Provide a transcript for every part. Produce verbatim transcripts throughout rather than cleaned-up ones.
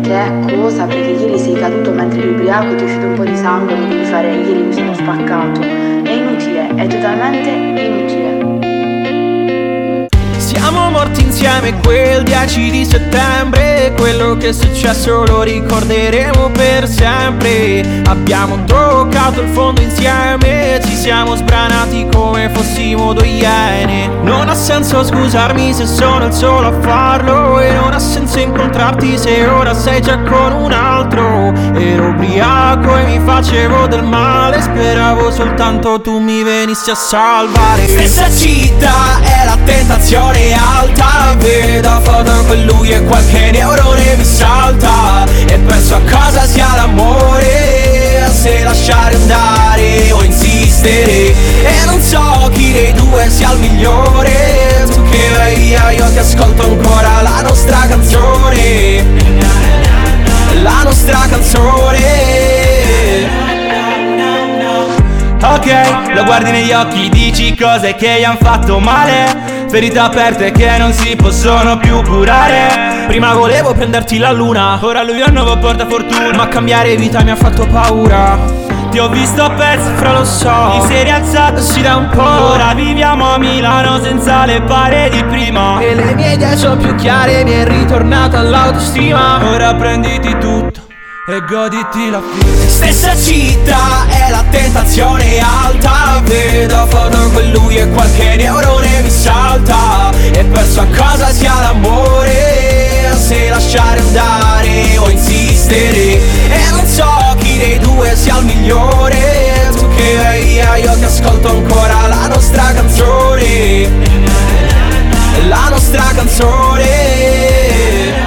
Che cosa? Perché ieri sei caduto mentre eri ubriaco, ti è uscito un po' di sangue, non devi fare ieri mi sono spaccato. È inutile, è totalmente inutile. Siamo morti insieme quel dieci di settembre, quello che è successo lo ricorderemo per sempre. Abbiamo toccato il fondo insieme, ci siamo sbranati come fossimo due iene. Non ha senso scusarmi se sono il solo a farlo, e non ha senso incontrarti se ora sei già con un altro. Ero ubriaco e mi facevo del male, speravo soltanto tu mi venissi a salvare. Stessa città è la tentazione alta, vedo foto con lui e qualche neurone mi salta. E penso a cosa sia l'amore, se lasciare andare o insistere. E non so chi dei due sia il migliore, tu che vai via io ti ascolto ancora la nostra canzone, la nostra canzone. Ok, lo guardi negli occhi, dici cose che gli han fatto male, ferite aperte che non si possono più curare. Prima volevo prenderti la luna, ora lui è un nuovo portafortuna, ma cambiare vita mi ha fatto paura. Ti ho visto a pezzi fra lo so, ti sei rialzato sì da un po'. Ora viviamo a Milano senza le pare di prima, e le mie idee sono più chiare, mi è ritornata l'autostima. Ora prenditi tutto e goditi la vita. Stessa città è la tentazione alta, vedo foto con lui e qualche neurone mi salta. E penso a cosa sia l'amore, se lasciare andare o insistere. E non so chi dei due sia il migliore, tu che vai via io ti ascolto ancora la nostra canzone, la nostra canzone.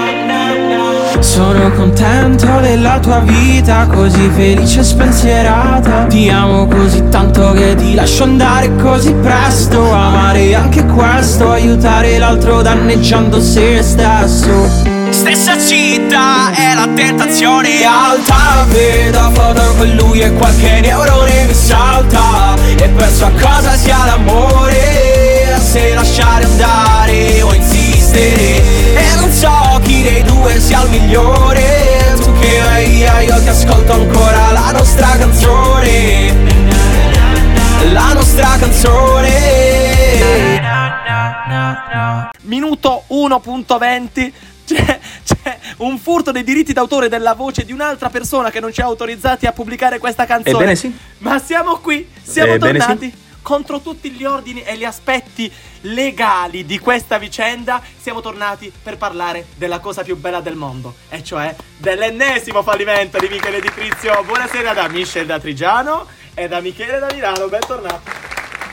Sono contento della tua vita, così felice e spensierata. Ti amo così tanto che ti lascio andare così presto. Amare anche questo, aiutare l'altro danneggiando se stesso. Stessa città è la tentazione alta, vedo foto con lui e qualche neurone mi salta. E penso a cosa sia l'amore, se lasciare andare o insistere. E non so chi dei due sia il migliore, tu che vai via io ti ascolto ancora la nostra canzone, la nostra canzone. Minuto uno punto venti. C'è, c'è un furto dei diritti d'autore della voce di un'altra persona che non ci ha autorizzati a pubblicare questa canzone. Ebbene sì. Ma siamo qui, siamo Ebbene tornati sì. Contro tutti gli ordini e gli aspetti legali di questa vicenda. Siamo tornati per parlare della cosa più bella del mondo, e cioè dell'ennesimo fallimento di Michele Di Crizio. Buonasera da Michel da Trigiano e da Michele da Milano, bentornato.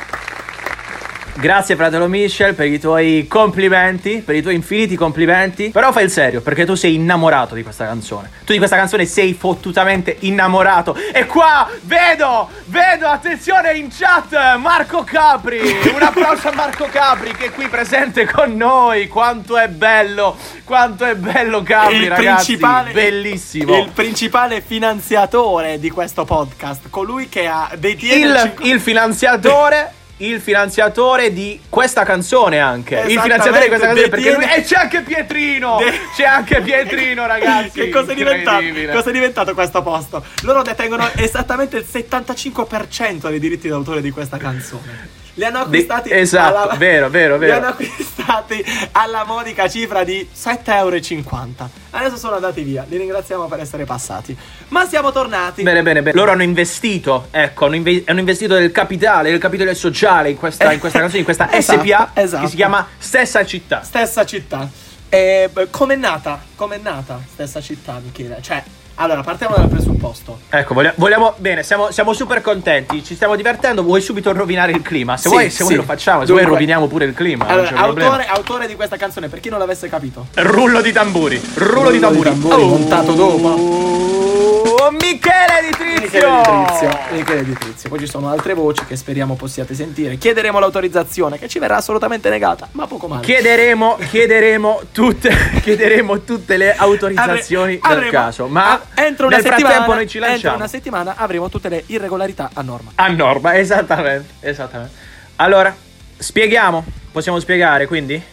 Grazie fratello Michel per i tuoi complimenti, per i tuoi infiniti complimenti. Però fai il serio, perché tu sei innamorato di questa canzone. Tu di questa canzone sei fottutamente innamorato. E qua vedo, vedo, attenzione in chat, Marco Capri. Un applauso a Marco Capri che è qui presente con noi. Quanto è bello, quanto è bello Capri, il ragazzi, principale, bellissimo. Il principale finanziatore di questo podcast, colui che ha detiene il, il, cinqu- il finanziatore Il finanziatore di questa canzone anche. Il finanziatore di questa canzone perché lui. E c'è anche Pietrino De... C'è anche Pietrino, ragazzi. Che cosa è diventato? Cosa è diventato questo posto? Loro detengono esattamente il settantacinque per cento dei diritti d'autore di questa canzone. Li hanno acquistati. De... Esatto, alla... vero, vero, vero. Li hanno acquistati alla modica cifra di sette e cinquanta euro. Adesso sono andati via. Li ringraziamo per essere passati. Ma siamo tornati. Bene, bene, bene. Loro hanno investito, ecco, hanno, inve- hanno investito del capitale, del capitale sociale in questa, in questa canzone, in questa esatto, S P A esatto. Che si chiama Stessa Città. Stessa Città. E com'è nata? Com'è nata Stessa Città, Michele? Cioè, allora, partiamo dal presupposto. Ecco, vogliamo, vogliamo bene, siamo, siamo super contenti, ci stiamo divertendo. Vuoi subito rovinare il clima? Se sì, vuoi, se sì. vuoi lo facciamo, se Dunque, vuoi roviniamo pure il clima. Allora, non c'è autore, autore di questa canzone, per chi non l'avesse capito. Rullo di tamburi, rullo, rullo di tamburi, di tamburi oh. montato dopo. Michele Di Trizio. Michele Di Trizio. Michele Di Trizio. Poi ci sono altre voci che speriamo possiate sentire. Chiederemo l'autorizzazione, che ci verrà assolutamente negata, ma poco male. Chiederemo, chiederemo tutte, chiederemo tutte le autorizzazioni Avre, del caso. Ma a, entro una nel settimana, frattempo noi ci lanciamo. Entro una settimana avremo tutte le irregolarità a norma. A norma, esattamente, esattamente. Allora, spieghiamo. Possiamo spiegare, quindi?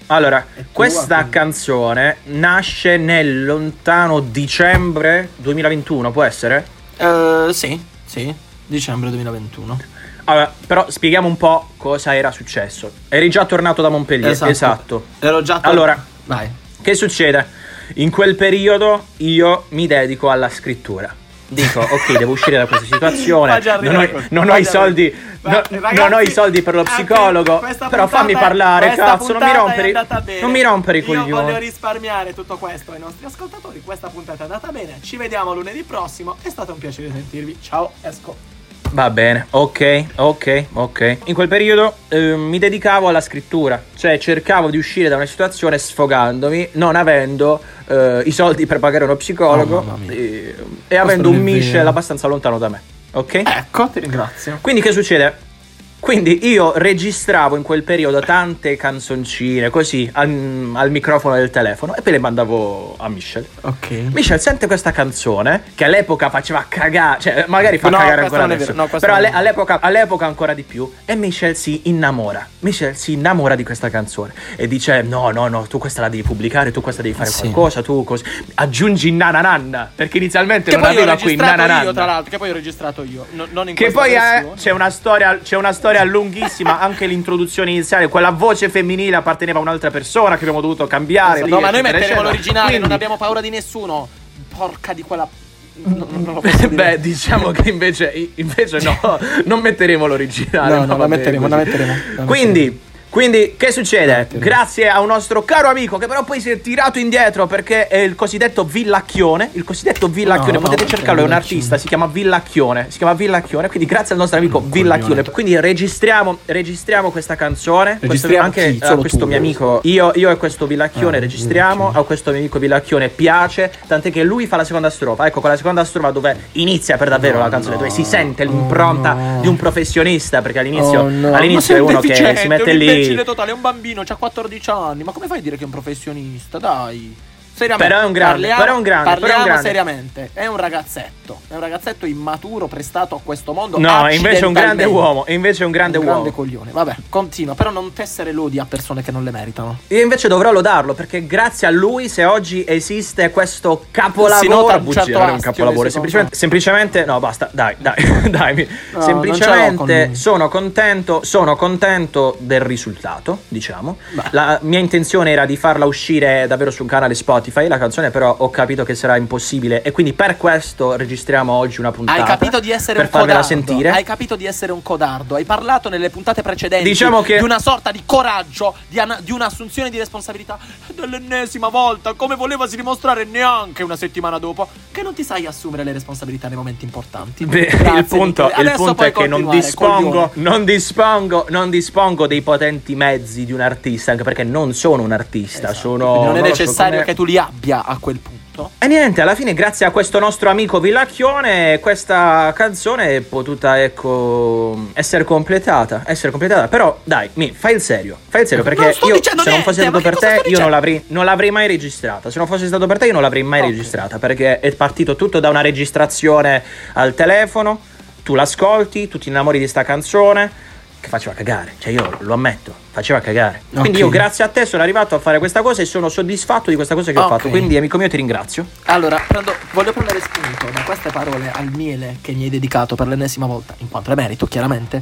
Allora, tua, questa quindi. canzone nasce nel lontano dicembre duemilaventuno, può essere? Uh, sì, sì, dicembre duemilaventuno. Allora, però spieghiamo un po' cosa era successo. Eri già tornato da Montpellier, esatto. esatto. Ero già tornato. Allora, vai. Che succede? In quel periodo io mi dedico alla scrittura. Dico, ok, devo uscire da questa situazione. Non ho, non ho i soldi. No, ragazzi, non ho i soldi per lo psicologo. Però fammi parlare, cazzo. Non mi rompere, non mi rompere i coglioni. Io voglio risparmiare tutto questo ai nostri ascoltatori. Questa puntata è andata bene. Ci vediamo lunedì prossimo. È stato un piacere sentirvi. Ciao, esco. Va bene, ok, ok, ok. In quel periodo eh, mi dedicavo alla scrittura. Cioè cercavo di uscire da una situazione sfogandomi, non avendo eh, i soldi per pagare uno psicologo oh, e, e avendo un Michel abbastanza lontano da me. Ok? Ecco, ti ringrazio. Quindi che succede? Quindi io registravo in quel periodo tante canzoncine così al, al microfono del telefono e poi le mandavo a Michel. Ok. Michel sente questa canzone che all'epoca faceva cagare, cioè magari fa no, cagare ancora adesso, no, però alle, all'epoca, all'epoca ancora di più. E Michel si innamora. Michel si innamora di questa canzone e dice no no no, tu questa la devi pubblicare, tu questa devi fare sì. qualcosa, tu così. Aggiungi Nana Nanna, perché inizialmente che non aveva qui Nana Nanna. Io tra l'altro, che poi ho registrato io, no, non in che questa poi versione. È, c'è una storia, c'è una storia lunghissima, anche l'introduzione iniziale, quella voce femminile apparteneva a un'altra persona che abbiamo dovuto cambiare. Esatto, lì, no, ma noi eccetera, metteremo eccetera. l'originale, Quindi, non abbiamo paura di nessuno. Porca di quella. No, non lo posso dire. Beh, diciamo che invece, invece no, non metteremo l'originale. No, no, no la metteremo, la metteremo. La Quindi. metteremo. Quindi, che succede? Grazie a un nostro caro amico che però poi si è tirato indietro perché è il cosiddetto Villacchione. Il cosiddetto Villacchione, no, potete no, cercarlo, è un artista, si chiama Villacchione. Si chiama Villacchione, quindi grazie al nostro amico Villacchione. Quindi registriamo, registriamo questa canzone. Registriamo anche chi? a questo tu, mio amico. Io, io e questo Villacchione ah, registriamo. Villacchione. A questo mio amico Villacchione piace. Tant'è che lui fa la seconda strofa. Ecco, con la seconda strofa dove inizia per davvero no, la canzone, no, dove si sente l'impronta no. di un professionista. Perché all'inizio, oh, no. all'inizio è uno che si mette lì. Totale, è un bambino, c'ha quattordici anni. Ma come fai a dire che è un professionista? Dai. Seriamente. Però è un grande, parliamo, però è un grande, parliamo però è un grande. seriamente. È un ragazzetto. È un ragazzetto immaturo prestato a questo mondo. No, invece è un grande uomo. E invece è un grande un uomo. grande coglione. Vabbè, continua. Però non tessere lodi a persone che non le meritano. Io invece dovrò lodarlo perché grazie a lui se oggi esiste questo capolavoro. Si nota un bugia, certo non è un capolavoro. Semplicemente, semplicemente, no, basta. Dai, dai, dai. No, semplicemente sono contento. Sono contento del risultato. Diciamo. Beh. La mia intenzione era di farla uscire davvero su un canale Spotify. La canzone, però, ho capito che sarà impossibile. E quindi per questo registriamo oggi una puntata. Hai capito di essere per un codardo. Sentire. Hai capito di essere un codardo. Hai parlato nelle puntate precedenti diciamo che... di una sorta di coraggio, di, an- di un'assunzione di responsabilità. Dell'ennesima volta, come volevasi dimostrare neanche una settimana dopo, che non ti sai assumere le responsabilità nei momenti importanti. Beh, il punto, il punto è che non dispongo, non dispongo, non dispongo dei potenti mezzi di un artista, anche perché non sono un artista. Esatto. Sono. Quindi non è non necessario so che tu li abbia a quel punto. E niente, alla fine grazie a questo nostro amico Villacchione questa canzone è potuta, ecco, essere completata, essere completata. Però dai, mi fai il serio, fai il serio, perché io se niente, non fosse stato per te io non l'avrei, non l'avrei mai registrata. Se non fosse stato per te io non l'avrei mai okay. registrata, perché è partito tutto da una registrazione al telefono. Tu l'ascolti, tu ti innamori di sta canzone che faceva cagare, cioè io lo ammetto, faceva cagare. Okay. Quindi io grazie a te sono arrivato a fare questa cosa e sono soddisfatto di questa cosa che okay. ho fatto. Quindi amico mio ti ringrazio. Allora, prendo, voglio prendere spunto da queste parole al miele che mi hai dedicato per l'ennesima volta, in quanto è merito chiaramente,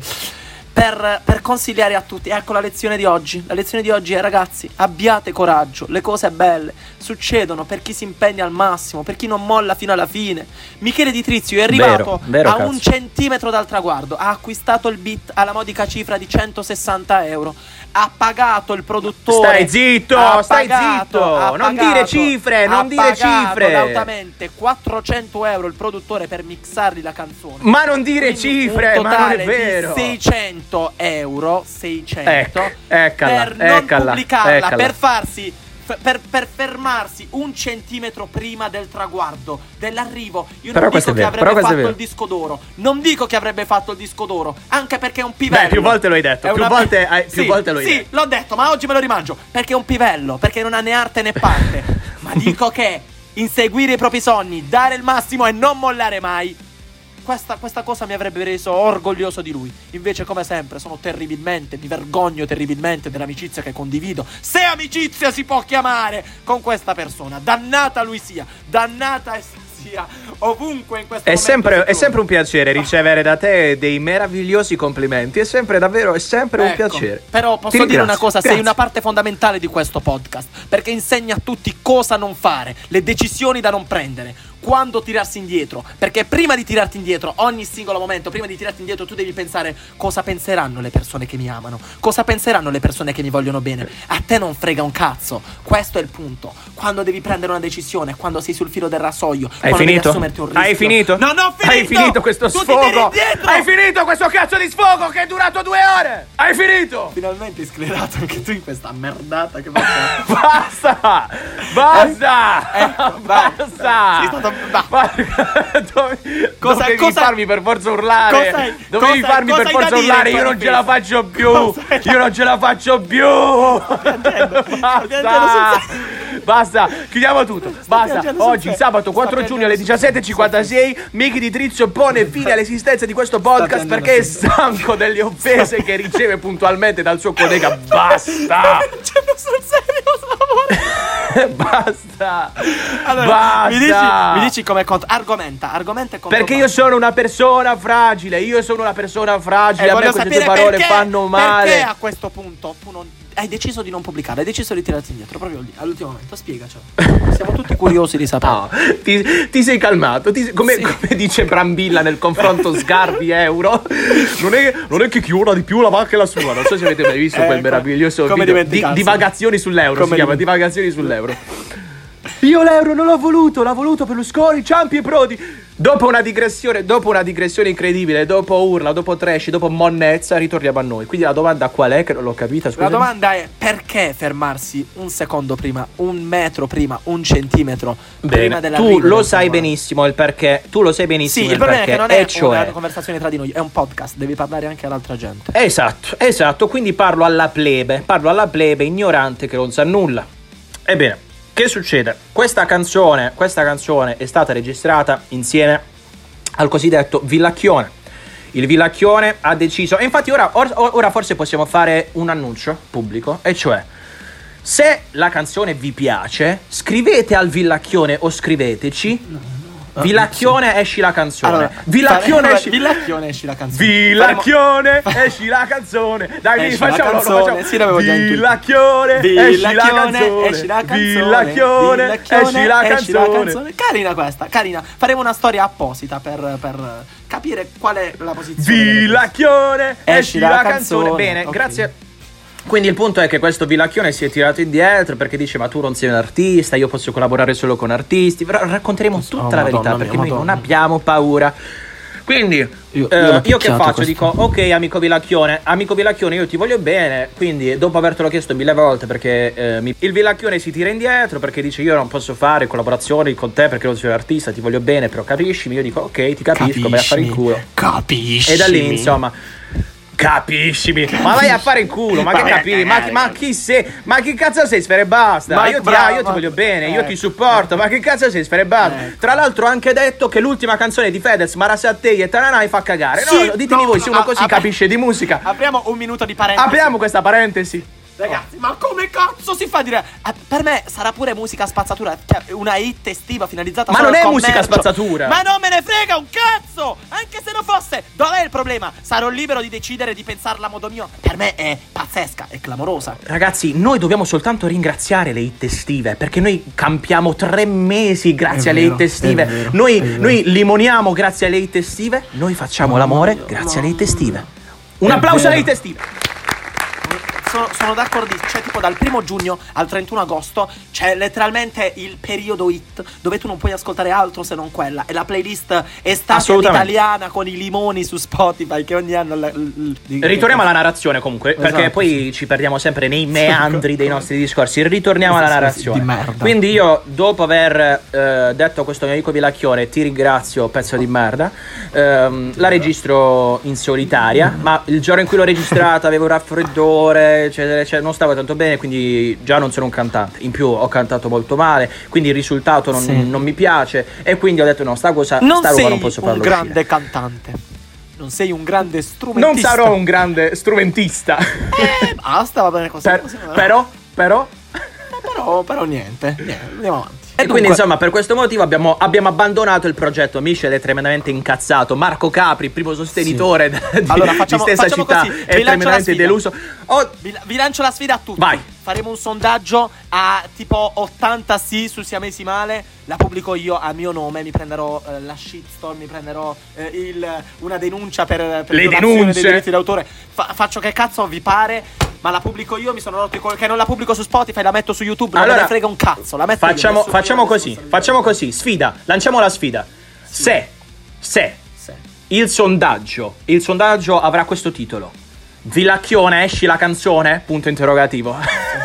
per, per consigliare a tutti. Ecco la lezione di oggi. La lezione di oggi è: ragazzi, abbiate coraggio, le cose belle succedono per chi si impegna al massimo, per chi non molla fino alla fine. Michele Di Trizio è arrivato vero, vero, a cazzo. un centimetro dal traguardo, ha acquistato il beat alla modica cifra di centosessanta euro, ha pagato il produttore. Stai zitto, stai pagato, zitto, non pagato, dire cifre, non dire cifre. Lautamente quattrocento euro il produttore per mixargli la canzone. Ma non dire Quindi cifre, ma non è vero. seicento euro, seicento ecco, eccala, per non eccala, pubblicarla, eccala. per farsi Per, per fermarsi un centimetro prima del traguardo, dell'arrivo. Io però non dico che vero, avrebbe fatto il disco d'oro. Non dico che avrebbe fatto il disco d'oro, anche perché è un pivello. Beh, più volte lo hai detto, più, una... volte, hai, più sì, volte lo hai sì, detto. Sì, l'ho detto, ma oggi me lo rimangio. Perché è un pivello, perché non ha né arte né parte. Ma dico che inseguire i propri sogni, dare il massimo e non mollare mai questa, questa cosa mi avrebbe reso orgoglioso di lui. Invece, come sempre, sono terribilmente, mi vergogno terribilmente dell'amicizia che condivido, se amicizia si può chiamare, con questa persona. Dannata lui sia, dannata sia ovunque in questo è momento sempre, è si sempre un piacere ricevere da te dei meravigliosi complimenti. È sempre davvero, è sempre ecco, un piacere. Però posso Ti dire una ringrazio, cosa, grazie. sei una parte fondamentale di questo podcast, perché insegna a tutti cosa non fare, le decisioni da non prendere, quando tirarsi indietro, perché prima di tirarti indietro, ogni singolo momento, prima di tirarti indietro tu devi pensare cosa penseranno le persone che mi amano, cosa penseranno le persone che mi vogliono bene. A te non frega un cazzo, questo è il punto. Quando devi prendere una decisione, quando sei sul filo del rasoio, Hai quando devi finito? assumerti un rischio. Hai finito? No, no, ho finito! Hai finito questo Tu ti tiri sfogo? indietro! Hai finito questo cazzo di sfogo che è durato due ore? Hai finito? Finalmente hai sclerato anche tu in questa merdata che faccio. Basta! Basta! Eh, ecco, vai. Basta! Sei stato... va. Ma- Dove- Cosa- dovevi cosa- farmi per forza urlare. cosa hai- Dovevi cosa- farmi cosa per hai forza da dire urlare. in Io tua non ce la difesa? faccio più. Cosa hai da- Io non ce la faccio più. piangendo, sto Basta. piangendo sul Basta. Chiudiamo tutto. Basta. piangendo sul Oggi, serio. sabato quattro Sta giugno alle piangendo sul diciassette e cinquantasei, Miki di Trizio pone fine all'esistenza di questo podcast piangendo perché è sul stanco delle offese che riceve puntualmente dal suo collega. Basta. piangendo sul serio, Basta. allora, Basta. mi dici, mi dici come conto. Argomenta, argomenta e conto. Perché io sono una persona fragile, io sono una persona fragile, E a me voglio queste sapere tue parole perché, fanno male. Perché a questo punto tu non hai deciso di non pubblicare, hai deciso di tirarti indietro proprio lì, all'ultimo momento. Spiegacelo. Siamo tutti curiosi di sapere. No, ti, ti sei calmato, ti- come, Sì. come dice Brambilla nel confronto Sgarbi-Euro, non è, non è che chi ora di più la va che la sua. Non so se avete mai visto Eh, quel co- meraviglioso come video di, dimenticarsene. divagazioni sull'euro, Come si chiama dimen- divagazioni sull'euro. Io l'euro non l'ho voluto, l'ha voluto Berlusconi, Ciampi e Prodi. Dopo una digressione, dopo una digressione incredibile, dopo urla, dopo trash, dopo monnezza, ritorniamo a noi. Quindi la domanda qual è? Che non l'ho capita, scusa. La domanda è: perché fermarsi un secondo prima, un metro prima, un centimetro prima Bene, dell'arrivo tu lo del sai tuo- benissimo il perché. Tu lo sai Sì, benissimo il il problema è perché. che non è e cioè una conversazione tra di noi, è un podcast, devi parlare anche all'altra gente. Esatto, esatto, quindi parlo alla plebe, parlo alla plebe ignorante che non sa nulla. Ebbene, che succede? Questa canzone, questa canzone è stata registrata insieme al cosiddetto Villacchione. Il Villacchione ha deciso, e infatti ora, or- ora forse possiamo fare un annuncio pubblico, e cioè, se la canzone vi piace, scrivete al Villacchione o scriveteci. Villacchione esci la canzone. Allora, Villacchione fare- esci Villacchione esci la canzone. Villacchione esci la canzone. Dai, Esci facciamo, la lo canzone, facciamo. sì, l'avevo già intuito. Villacchione esci la Villacchione, canzone. esci la canzone. Villacchione esci la esci la canzone. canzone. Carina questa, carina. Faremo una storia apposita per, per capire qual è la posizione. Villacchione esci la canzone. canzone. Bene, Ok. grazie. Quindi il punto è che questo Villacchione si è tirato indietro perché dice: ma tu non sei un artista, io posso collaborare solo con artisti. Però racconteremo tutta Oh, la Madonna verità mia, perché noi non Madonna. abbiamo paura. Quindi Io- io eh, l'ho io, che picchiato faccio? questo. Dico: ok, amico Villacchione, amico Villacchione, io ti voglio bene. Quindi, dopo avertelo chiesto mille volte, perché eh, mi- il Villacchione si tira indietro perché dice: io non posso fare collaborazioni con te perché non sei un artista, ti voglio bene, però capiscimi. Io dico: ok, ti capisco, vai a fare il culo. Capisci. E da lì, insomma, capiscimi. Ma vai a fare in culo, ma che Vai a capisci? Ma, cagare, ma capisci. chi sei? Ma che cazzo sei, Sfera e basta? Ma io ti, bravo, ah, io ti ma- voglio bene, io ecco. ti supporto. Ma che cazzo sei, Sfera e basta? Ecco. Tra l'altro ho anche detto che l'ultima canzone di Fedez, Marasattei e Tananai fa cagare. Sì, no, ditemi no, voi se uno no, così ap- capisce di musica. Apriamo un minuto di parentesi. Apriamo questa parentesi. Ragazzi, ma come cazzo si fa a dire? Eh, per me sarà pure musica spazzatura, cioè una hit estiva finalizzata Ma solo non al è musica commercio. spazzatura. Ma non me ne frega un cazzo! Anche se lo fosse, dov'è il problema? Sarò libero di decidere di pensarla a modo mio. Per me è pazzesca, è clamorosa. Ragazzi, noi dobbiamo soltanto ringraziare le hit estive, perché noi campiamo tre mesi grazie È alle vero, hit estive. è vero, noi, è vero. noi limoniamo grazie alle hit estive. Noi facciamo l'amore grazie alle hit estive. Un È applauso alle vero. hit estive. Sono, sono d'accordo, cioè tipo dal primo giugno al trentuno agosto c'è letteralmente il periodo hit dove tu non puoi ascoltare altro se non quella. E la playlist estate Assolutamente. italiana con i limoni su Spotify che ogni anno... l- l- l- Ritorniamo alla narrazione comunque, perché Esatto, poi sì. ci perdiamo sempre nei meandri dei nostri discorsi. Ritorniamo alla Questi discorsi narrazione. di merda. Quindi io, dopo aver eh, detto a questo mio amico Villacchione: ti ringrazio, pezzo di merda, ehm, la registro in solitaria. Ma il giorno in cui l'ho registrata avevo un raffreddore, eccetera, eccetera, non stavo tanto bene, quindi già non sono un cantante. In più ho cantato molto male, quindi il risultato non, Sì. non mi piace, e quindi ho detto no, sta cosa, Non sta roba sei non posso un farlo grande uscire. cantante. Non sei un grande strumentista. Non sarò un grande strumentista. Eh, basta, va bene così. Per- così, va bene. però, però... però, però niente, niente, andiamo avanti. E dunque, quindi insomma per questo motivo abbiamo, abbiamo abbandonato il progetto. Michel è tremendamente incazzato. Marco Capri, primo sostenitore Sì. di, Allora, facciamo- di stessa facciamo città, così, vi è lancio la tremendamente sfida. deluso. Oh, vi, vi lancio la sfida a tutti. Vai. Faremo un sondaggio a tipo ottanta sì sul siamesi male. La pubblico io a mio nome. Mi prenderò eh, la shitstorm. Mi prenderò eh, il, una denuncia per, per Le violazione denunce. dei diritti d'autore. Fa- faccio che cazzo vi pare. Ma la pubblico io. Mi sono rotto i co- che non la pubblico su Spotify. La metto su YouTube. Non Allora, me ne frega un cazzo. La metto io, facciamo, nessuno facciamo io, così, nessuno facciamo così. Sfida, lanciamo la sfida. Se, se Sì. il sondaggio, il sondaggio avrà questo titolo: Villacchione, esci la canzone? Punto interrogativo.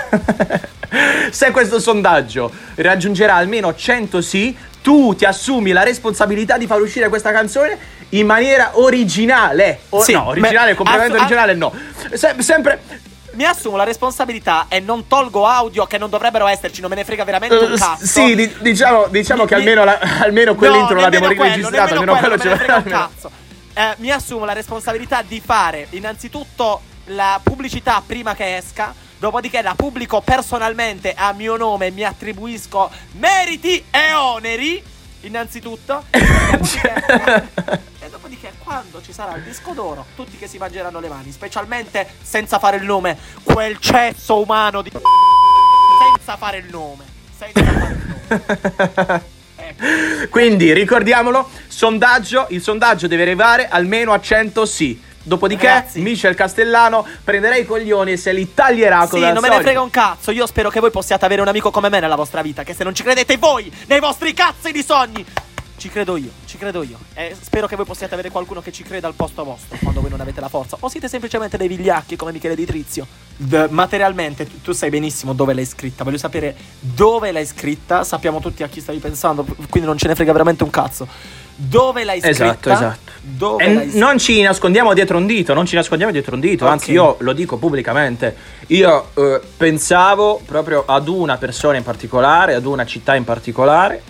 Se questo sondaggio raggiungerà almeno cento sì, tu ti assumi la responsabilità di far uscire questa canzone in maniera originale. O, Sì, no, originale, beh, completamente ass- originale no. Se- sempre... Mi assumo la responsabilità e non tolgo audio che non dovrebbero esserci. Non me ne frega veramente un Uh, cazzo. sì, di- diciamo, diciamo Mi- che mi- almeno, la, almeno quell'intro No, l'abbiamo nemmeno quello, riregistrato. nemmeno Almeno quello quello, ce non me ne frega un l'abbiamo. cazzo. Eh, mi assumo la responsabilità di fare innanzitutto la pubblicità prima che esca. Dopodiché la pubblico personalmente a mio nome e mi attribuisco meriti e oneri. Innanzitutto. E dopodiché, e dopodiché quando ci sarà il disco d'oro, tutti che si mangeranno le mani, specialmente senza fare il nome, quel cesso umano di senza fare il nome, senza fare il nome. Ecco. Quindi ricordiamolo, sondaggio, il sondaggio deve arrivare almeno a cento sì. Dopodiché Ragazzi. Michel Castellano prenderà i coglioni e se li taglierà Sì, come al non me ne solito. frega un cazzo. Io spero che voi possiate avere un amico come me nella vostra vita. Che se non ci credete voi nei vostri cazzi di sogni, ci credo io, ci credo io. E spero che voi possiate avere qualcuno che ci creda al posto vostro quando voi non avete la forza. O siete semplicemente dei vigliacchi come Michele Di Trizio. D- materialmente, tu, tu sai benissimo dove l'hai scritta. Voglio sapere dove l'hai scritta. Sappiamo tutti a chi stavi pensando, quindi non ce ne frega veramente un cazzo. Dove l'hai scritta? Esatto, esatto. Dove E l'hai n- non ci nascondiamo dietro un dito, non ci nascondiamo dietro un dito, Ok. anzi io lo dico pubblicamente. Io eh, pensavo proprio ad una persona in particolare, ad una città in particolare,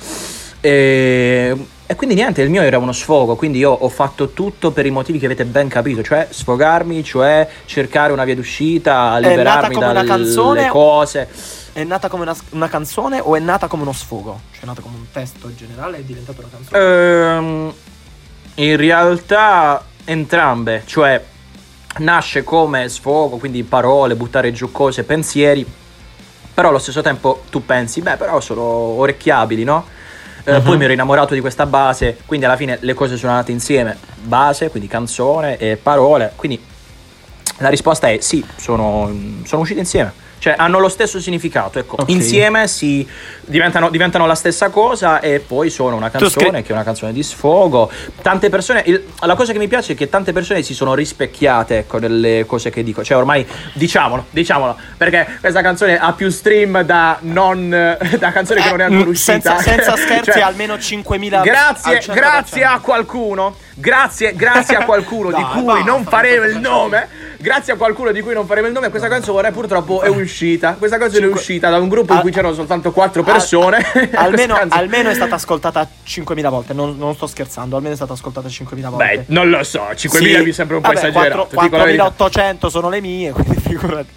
e, e quindi niente, il mio era uno sfogo, quindi io ho fatto tutto per i motivi che avete ben capito, cioè sfogarmi, cioè cercare una via d'uscita, nata liberarmi come una dalle canzone? cose. È nata come una, una canzone o è nata come uno sfogo? Cioè è nata come un testo generale e è diventata una canzone? Ehm, in realtà entrambe, cioè nasce come sfogo, quindi parole, buttare giù cose, pensieri, però allo stesso tempo tu pensi, beh però sono orecchiabili, no? Eh, Uh-huh. Poi mi ero innamorato di questa base, quindi alla fine le cose sono andate insieme, base, quindi canzone e parole, quindi la risposta è sì, sono, sono uscite insieme. Cioè hanno lo stesso significato, ecco, Ok. insieme si diventano, diventano la stessa cosa e poi sono una canzone scri- che è una canzone di sfogo. Tante persone, il- la cosa che mi piace è che tante persone si sono rispecchiate, ecco, nelle cose che dico. Cioè ormai diciamolo, diciamolo, perché questa canzone ha più stream da non da canzone che non è ancora Eh, uscita. senza, senza scherzi, Cioè, almeno cinquemila. Grazie, al cento per grazie cento. a qualcuno, grazie, grazie a qualcuno di Dai, cui basta, non faremo il basta. nome. Grazie a qualcuno di cui non faremo il nome, questa canzone purtroppo è uscita. Questa canzone è Cinque- uscita da un gruppo in Al- cui c'erano soltanto quattro persone. Al- Questa almeno, canzone- almeno è stata ascoltata cinquemila volte. Non, non sto scherzando, almeno è stata ascoltata cinquemila volte. Beh, non lo so, cinquemila Sì. mi sembra un po' Vabbè, esagerato. quattro- dico la verità. quattromilaottocento sono le mie, quindi figurati.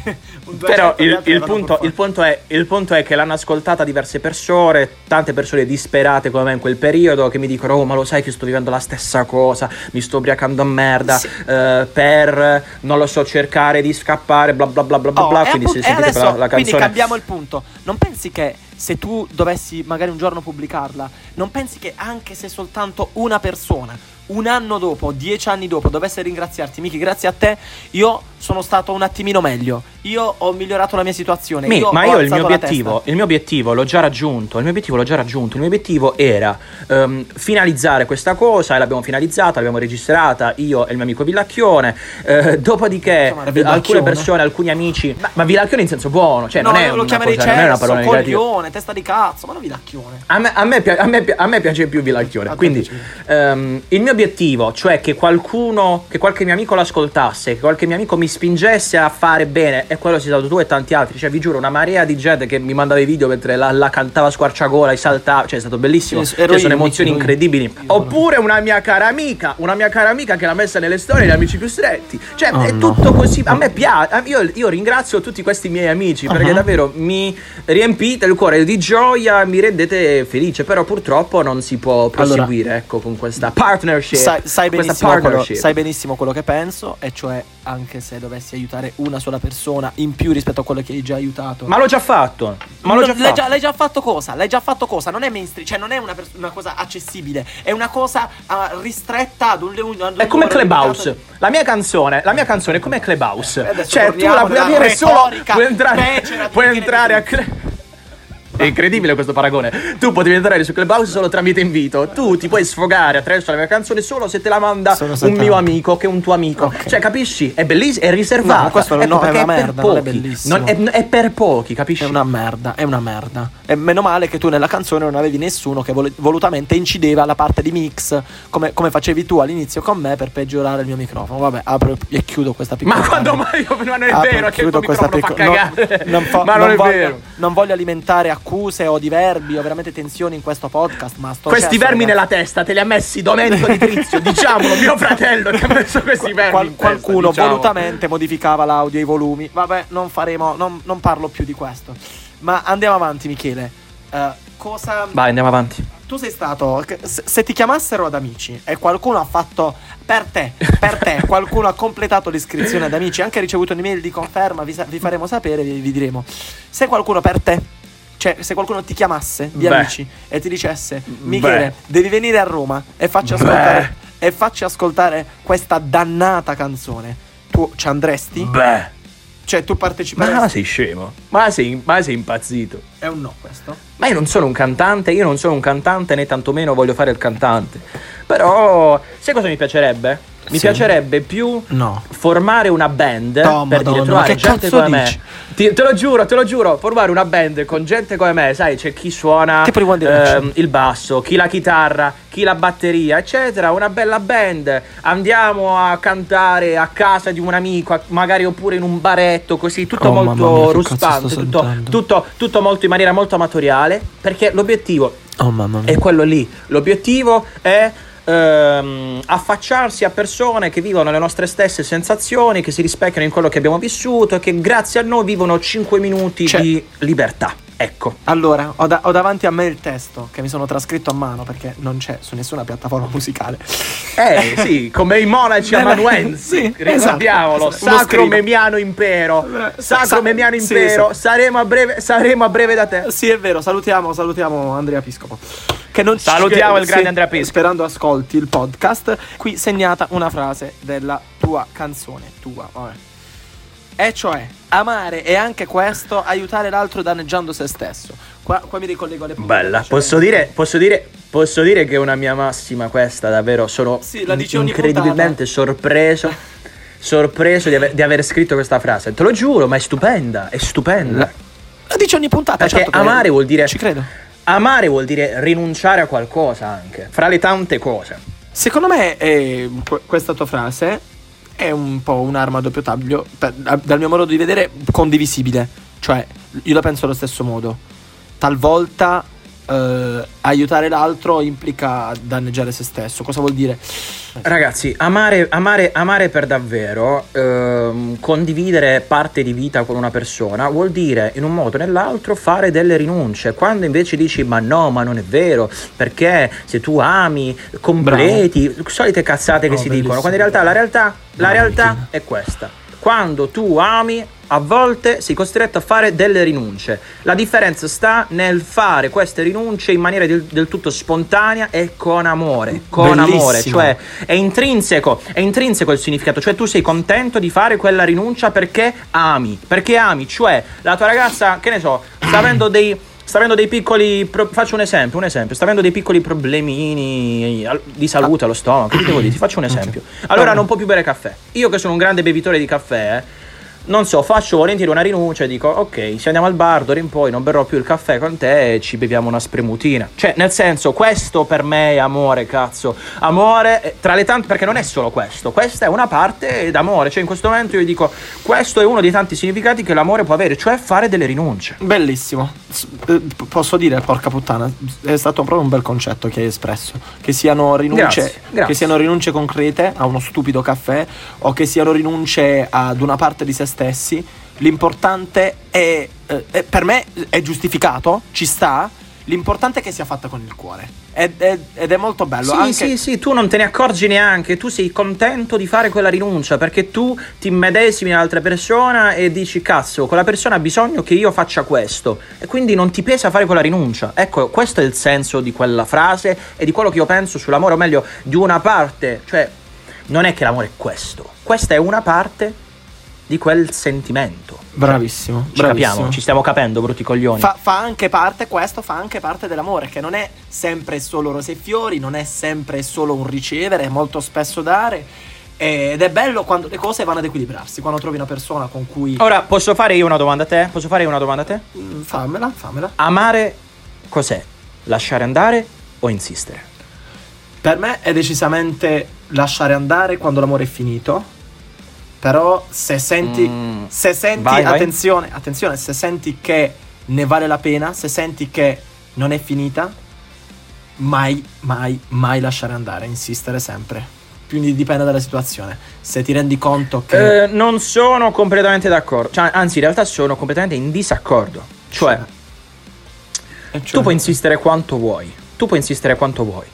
Un Però duecento il, gli altri il vanno punto, per il, punto è, il punto è che l'hanno ascoltata diverse persone, tante persone disperate come me in quel periodo, che mi dicono: oh, ma lo sai che sto vivendo la stessa cosa, mi sto ubriacando a merda, Sì. eh, per, non lo so, cercare di scappare, bla bla bla bla bla, Oh, bla. e Quindi appunto- se e sentite adesso, la, la quindi canzone... cambiamo il punto. Non pensi che se tu dovessi magari un giorno pubblicarla, non pensi che anche se soltanto una persona un anno dopo, dieci anni dopo, dovesse ringraziarti, Miki, grazie a te io sono stato un attimino meglio, io ho migliorato la mia situazione. Mi, io ma ho io il mio alzato la obiettivo, testa. il mio obiettivo l'ho già raggiunto. Il mio obiettivo l'ho già raggiunto. Il mio obiettivo era ehm, finalizzare questa cosa, e l'abbiamo finalizzata, l'abbiamo registrata io e il mio amico Villacchione. Eh, dopodiché Chiamare eh, Villacchione? alcune persone, alcuni amici, ma, ma Villacchione in senso buono, cioè No, non è io lo una chiamerei cosa, non è una cesso, parola negativa. coglione, testa di cazzo, ma non Villacchione. A me, a, me, pia- a, me, pi- a me piace più Villacchione. A te Quindi piace. ehm, il mio obiettivo, cioè che qualcuno, che qualche mio amico l'ascoltasse, che qualche mio amico mi spingesse a fare bene, e quello sei stato tu e tanti altri, cioè vi giuro, una marea di gente che mi mandava i video mentre la, la cantava a squarciagola e saltava, cioè è stato bellissimo, Sì, cioè, sono emozioni eroini. incredibili. Oppure una mia cara amica, una mia cara amica che l'ha messa nelle storie, gli amici più stretti, cioè Oh, è no. tutto così, a me piace, io, io ringrazio tutti questi miei amici perché Uh-huh. davvero mi riempite il cuore di gioia, mi rendete felice, però purtroppo non si può proseguire, Allora, ecco, con questa partnership. Sai, sai, questa benissimo quello, partnership. sai benissimo quello che penso, e cioè anche se dovessi aiutare una sola persona in più rispetto a quello che hai già aiutato. Ma l'ho già fatto. Ma l'ho No, già l'hai, fatto. già, l'hai già fatto cosa? L'hai già fatto cosa? Non è mainstream, cioè non è una, pers- una cosa accessibile, è una cosa uh, ristretta ad un, ad un È come numero Clubhouse. limitato. La mia canzone, la mia canzone è come Clubhouse. Eh, adesso Cioè, tu torniamo la puoi nella avere solo. retorica Puoi entrare, becera di puoi Michele entrare a. Petrucci. Cl- È incredibile questo paragone. Tu potevi entrare su Clubhouse solo tramite invito. Tu ti puoi sfogare attraverso la mia canzone solo se te la manda Sono un soltanto- mio amico che è un tuo amico. Ok. Cioè, capisci? È bellissimo, è riservato. No, questo ecco, no, è perché una per merda, non è pochi. bellissimo. Non- è, è per pochi, capisci? È una merda, è una merda. E meno male che tu nella canzone non avevi nessuno che vol- volutamente incideva la parte di mix, come, come facevi tu all'inizio con me per peggiorare il mio microfono. Vabbè, apro e chiudo questa piccola. Ma quando parentesi. mai? Ma non è Apro vero e che il chiudo tuo questa microfono fa picco- cagare. no, non fa- Ma non è voglio, vero. non voglio alimentare accuse o diverbi o veramente tensioni in questo podcast. Ma sto Questi cesso, vermi ragazzi. nella testa te li ha messi Domenico Di Trizio, diciamolo, mio fratello che ha messo questi vermi Qual- in testa, qualcuno diciamo. volutamente modificava l'audio e i volumi. Vabbè, non faremo, non, non parlo più di questo. Ma andiamo avanti, Michele. Eh, cosa. Vai, andiamo avanti. Tu sei stato. che- Se, se ti chiamassero ad amici e qualcuno ha fatto per te, per te, qualcuno ha completato l'iscrizione ad amici, anche ricevuto un'email di conferma, vi, sa- vi faremo sapere, vi, vi diremo. Se qualcuno per te, cioè se qualcuno ti chiamasse di Beh. amici e ti dicesse Michele, devi venire a Roma e facci Beh. ascoltare, e facci ascoltare questa dannata canzone, tu ci andresti? Beh, Cioè tu parteciperesti? ma sei scemo? Ma sei, ma sei impazzito? È un no questo? Ma io non sono un cantante, io non sono un cantante né tantomeno voglio fare il cantante. Però, sai cosa mi piacerebbe? Mi Sì. piacerebbe più No. formare una band No, per Madonna, dire ma trovare che gente cazzo come dici? me. Ti- te lo giuro, te lo giuro, formare una band con gente come me, sai, c'è chi suona Tipo i One Direction. ehm, il basso, chi la chitarra, chi la batteria, eccetera, una bella band. Andiamo a cantare a casa di un amico, a- magari oppure in un baretto, così, tutto Oh, mamma molto mia, che ruspante, cazzo sto tutto, sentendo? tutto, tutto molto in maniera molto amatoriale, perché l'obiettivo Oh mamma mia. è quello lì. L'obiettivo è ehm, affacciarsi a persone che vivono le nostre stesse sensazioni, che si rispecchiano in quello che abbiamo vissuto e che grazie a noi vivono cinque minuti Cioè- di libertà. Ecco. Allora, ho, da- ho davanti a me il testo che mi sono trascritto a mano perché non c'è su nessuna piattaforma musicale. Eh sì, come i monaci Nella- amanuensi, sì, ricordiamolo, esatto. Uno Sacro scrivo. Memiano Impero, Eh, Sacro sa- Memiano sì, Impero, sì. saremo a breve, saremo a breve da te. Sì, è vero, salutiamo, salutiamo Andrea Piscopo. Che non ci- Salutiamo che- il grande sì, Andrea Piscopo. Sperando ascolti il podcast. Qui segnata una frase della tua canzone, tua, vabbè. E cioè, amare è anche questo, aiutare l'altro danneggiando se stesso. Qua, qua mi ricollego alle puntate Bella, precedenti. posso dire, posso dire, posso dire che è una mia massima questa, davvero, sono Sì, la dici ogni incredibilmente sorpreso, sorpreso di, ave- di aver scritto questa frase. Te lo giuro, ma è stupenda, è stupenda. La dici ogni puntata, Perché certo che- amare vuol dire, Ci credo. amare vuol dire rinunciare a qualcosa anche, fra le tante cose. Secondo me eh, que- questa tua frase è un po' un'arma a doppio taglio, per- da- dal mio modo di vedere condivisibile. Cioè, io la penso allo stesso modo. Talvolta eh, aiutare l'altro implica danneggiare se stesso. Cosa vuol dire? Ragazzi, amare, amare, amare per davvero, ehm, condividere parte di vita con una persona vuol dire in un modo o nell'altro fare delle rinunce. Quando invece dici ma no, ma non è vero, perché se tu ami, completi, solite cazzate che No, si bellissimo. dicono, quando in realtà la realtà, la No, realtà Michele. è questa. Quando tu ami, a volte sei costretto a fare delle rinunce. La differenza sta nel fare queste rinunce in maniera del, del tutto spontanea e con amore. Con Bellissimo. amore, cioè è intrinseco, è intrinseco il significato. Cioè tu sei contento di fare quella rinuncia perché ami. Perché ami, cioè la tua ragazza, che ne so, sta avendo dei. Sta avendo dei piccoli. Pro- faccio un esempio, un esempio. Sta avendo dei piccoli problemini al- di salute allo stomaco. Che devo dire? Ti faccio un esempio. Allora non può più bere caffè. Io, che sono un grande bevitore di caffè, non so, faccio volentieri una rinuncia e dico ok, se andiamo al bar d'ora in poi non berrò più il caffè con te e ci beviamo una spremutina. Cioè, nel senso, questo per me è amore, cazzo. Amore, tra le tante, perché non è solo questo, questa è una parte d'amore. Cioè, in questo momento io dico, questo è uno dei tanti significati che l'amore può avere, cioè fare delle rinunce. Bellissimo. S- eh, p- posso dire, porca puttana, è stato proprio un bel concetto che hai espresso. Che siano rinunce, Grazie, grazie. che siano rinunce concrete a uno stupido caffè, o che siano rinunce ad una parte di se stessi. L'importante è, eh, è per me è giustificato, ci sta. L'importante è che sia fatta con il cuore. Ed è, ed è molto bello. Sì, anche... sì, sì, tu non te ne accorgi neanche, tu sei contento di fare quella rinuncia perché tu ti immedesimi in un'altra persona e dici cazzo, quella persona ha bisogno che io faccia questo e quindi non ti pesa fare quella rinuncia. Ecco, questo è il senso di quella frase e di quello che io penso sull'amore, o meglio, di una parte. Cioè, non è che l'amore è questo, questa è una parte di quel sentimento. Bravissimo, Ci bravissimo. capiamo, ci stiamo capendo, brutti coglioni. Fa, fa anche parte, questo fa anche parte dell'amore, che non è sempre solo rose e fiori, non è sempre solo un ricevere, è molto spesso dare. Ed è bello quando le cose vanno ad equilibrarsi, quando trovi una persona con cui... Ora, posso fare io una domanda a te? Posso fare io una domanda a te? Mm, fammela, fammela. Amare cos'è? Lasciare andare o insistere? Per me è decisamente lasciare andare quando l'amore è finito. Però se senti, Mm. se senti, Vai, vai. attenzione, attenzione, se senti che ne vale la pena, se senti che non è finita, mai, mai, mai lasciare andare, insistere sempre. Quindi dipende dalla situazione. Se ti rendi conto che... Eh, non sono completamente d'accordo. Cioè, anzi, in realtà sono completamente in disaccordo. Cioè, eh, cioè- tu puoi insistere quanto vuoi. Tu puoi insistere quanto vuoi.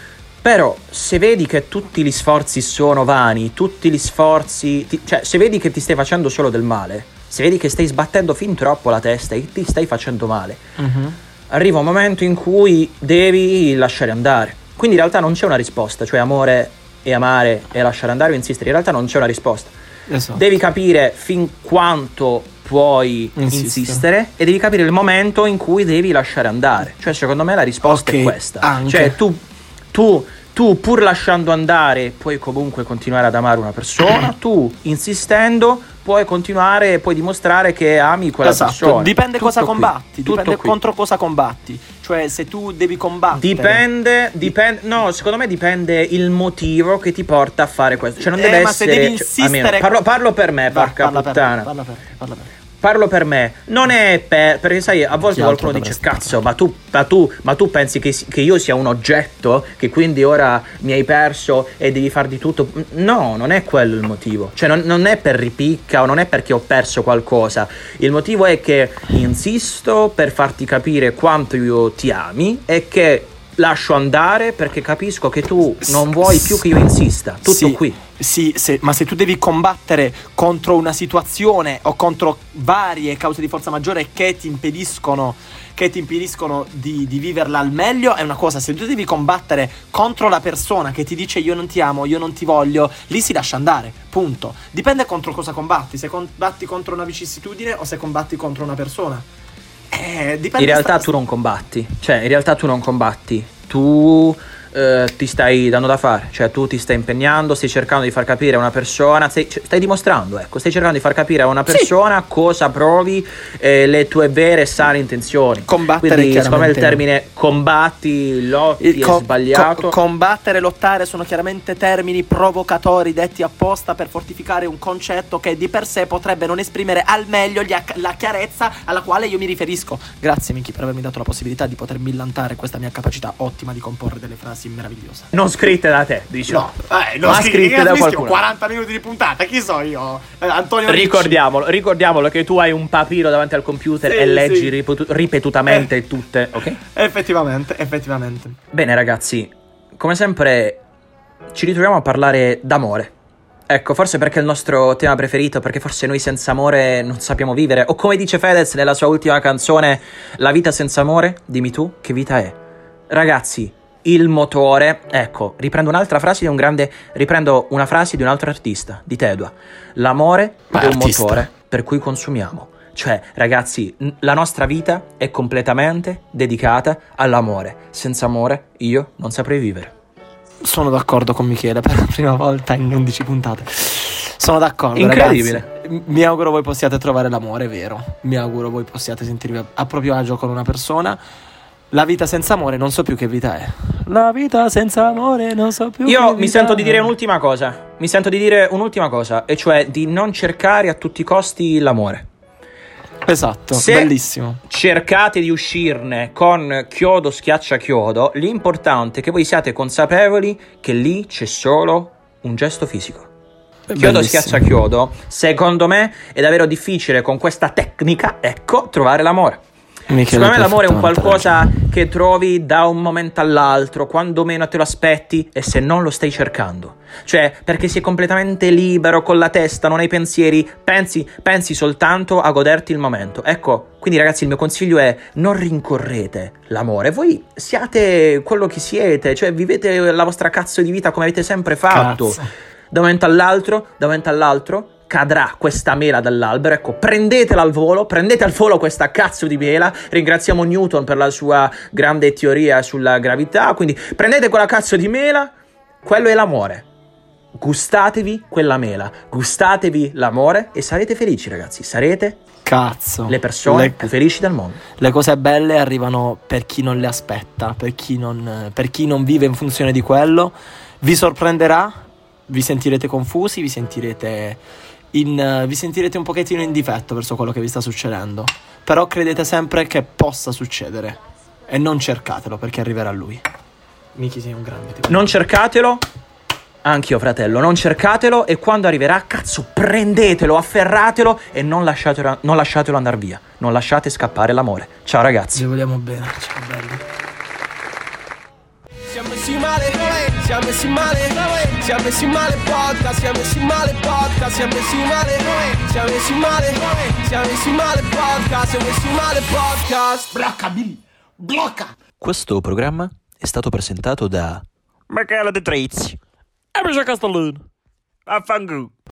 Però, se vedi che tutti gli sforzi sono vani, tutti gli sforzi... ti- cioè, se vedi che ti stai facendo solo del male, se vedi che stai sbattendo fin troppo la testa e ti stai facendo male, Mhm. arriva un momento in cui devi lasciare andare. Quindi in realtà non c'è una risposta, cioè amore e amare e lasciare andare o insistere. In realtà non c'è una risposta. Esatto. Devi capire fin quanto puoi Insistere. insistere e devi capire il momento in cui devi lasciare andare. Cioè, secondo me la risposta Ok, è questa. anche. Cioè, tu, tu, tu pur lasciando andare puoi comunque continuare ad amare una persona. Tu, insistendo, puoi continuare e puoi dimostrare che ami quella Esatto, persona. dipende Tutto cosa qui, combatti, tutto dipende qui. contro cosa combatti. Cioè, se tu devi combattere... Dipende, dipende, no, secondo me dipende il motivo che ti porta a fare questo. Cioè, non Eh, deve ma se essere. devi cioè, insistere- almeno, parlo, parlo per me, Vai, porca parla per puttana. me, parla per me, parla per me. Parlo per me, non è per. Perché sai, a volte Chi altro qualcuno dice: dovresti cazzo, ma tu, ma tu, ma tu pensi che, che io sia un oggetto? Che quindi ora mi hai perso e devi far di tutto? No, non è quello il motivo. Cioè, non, non è per ripicca o non è perché ho perso qualcosa. Il motivo è che insisto per farti capire quanto io ti ami e che lascio andare perché capisco che tu non vuoi più che io insista. Tutto Sì, qui. Sì, se- ma se tu devi combattere contro una situazione o contro varie cause di forza maggiore che ti impediscono che ti impediscono di, di viverla al meglio, è una cosa. Se tu devi combattere contro la persona che ti dice io non ti amo, io non ti voglio, lì si lascia andare, punto. Dipende contro cosa combatti, se combatti contro una vicissitudine o se combatti contro una persona. Eh, dipende. In realtà sta- tu non combatti, cioè in realtà tu non combatti, tu eh, ti stai dando da fare, cioè tu ti stai impegnando, stai cercando di far capire a una persona, stai, cioè, stai dimostrando, ecco, stai cercando di far capire a una persona cosa provi, eh, le tue vere e sane intenzioni. Combattere Quindi secondo me il chiaramente- termine combatti, lotti Il co- è sbagliato. co- combattere, lottare sono chiaramente termini provocatori detti apposta per fortificare un concetto che di per sé potrebbe non esprimere al meglio gli acc- la chiarezza alla quale io mi riferisco. Grazie Miki per avermi dato la possibilità di poter millantare questa mia capacità ottima di comporre delle frasi meravigliose. Non scritte da te, diciamo. No, eh, non ma scri- scritte che da rischio, qualcuno. quaranta minuti di puntata, chi so io? Eh, Antonio Ricci. Ricordiamolo, ricordiamolo che tu hai un papiro davanti al computer Sì, e leggi sì. ripetu- ripetutamente tutte, ok? Effettivamente, effettivamente. Bene ragazzi, come sempre ci ritroviamo a parlare d'amore. Ecco, forse perché è il nostro tema preferito, perché forse noi senza amore non sappiamo vivere. O come dice Fedez nella sua ultima canzone, la vita senza amore, dimmi tu che vita è. Ragazzi, il motore, ecco, riprendo un'altra frase di un grande, riprendo una frase di un altro artista, di Tedua. L'amore Ma è un artista. motore per cui consumiamo. Cioè, ragazzi, n- la nostra vita è completamente dedicata all'amore. Senza amore io non saprei vivere. Sono d'accordo con Michele per la prima volta in undici puntate. Sono d'accordo, Incredibile. ragazzi. Mi auguro voi possiate trovare l'amore vero. Mi auguro voi possiate sentirvi a proprio agio con una persona. La vita senza amore non so più che vita è. La vita senza amore non so più Io che mi vita sento di è. dire un'ultima cosa. Mi sento di dire un'ultima cosa, e cioè di non cercare a tutti i costi l'amore. Esatto, Se bellissimo. cercate di uscirne con chiodo schiaccia chiodo, l'importante è che voi siate consapevoli che lì c'è solo un gesto fisico. Chiodo Bellissimo. schiaccia chiodo, secondo me è davvero difficile con questa tecnica, ecco, trovare l'amore. Michele, Secondo me l'amore è un perfettamente qualcosa ragione. che trovi da un momento all'altro, quando meno te lo aspetti e se non lo stai cercando. Cioè, perché sei completamente libero con la testa, non hai pensieri, pensi, pensi soltanto a goderti il momento. Ecco, quindi ragazzi il mio consiglio è non rincorrete l'amore. Voi siate quello che siete, cioè vivete la vostra cazzo di vita come avete sempre fatto. Cazzo. Da un momento all'altro, da un momento all'altro cadrà questa mela dall'albero, ecco, prendetela al volo, prendete al volo questa cazzo di mela, ringraziamo Newton per la sua grande teoria sulla gravità, quindi prendete quella cazzo di mela, quello è l'amore, gustatevi quella mela, gustatevi l'amore e sarete felici ragazzi, sarete Cazzo. le persone Le- più felici del mondo. Le cose belle arrivano per chi non le aspetta, per chi non, per chi non vive in funzione di quello. Vi sorprenderà, vi sentirete confusi, vi sentirete in, vi sentirete un pochettino in difetto verso quello che vi sta succedendo. Però credete sempre che possa succedere e non cercatelo perché arriverà lui. Miki, sei un grande. Tipo. Non cercatelo, anch'io fratello, non cercatelo e quando arriverà, cazzo, prendetelo, afferratelo e non lasciatelo, non lasciatelo andare via, non lasciate scappare l'amore. Ciao ragazzi. Ci vogliamo bene, ciao belli. Siamo messi male, siamo messi male, siamo messi male podcast, siamo messi male podcast, siamo messi male, siamo messi male, siamo messi male podcast, siamo messi male podcast. Blocca Billy, blocca. Questo programma è stato presentato da Michele De Trezzi e Michele Castellone. Affanculo.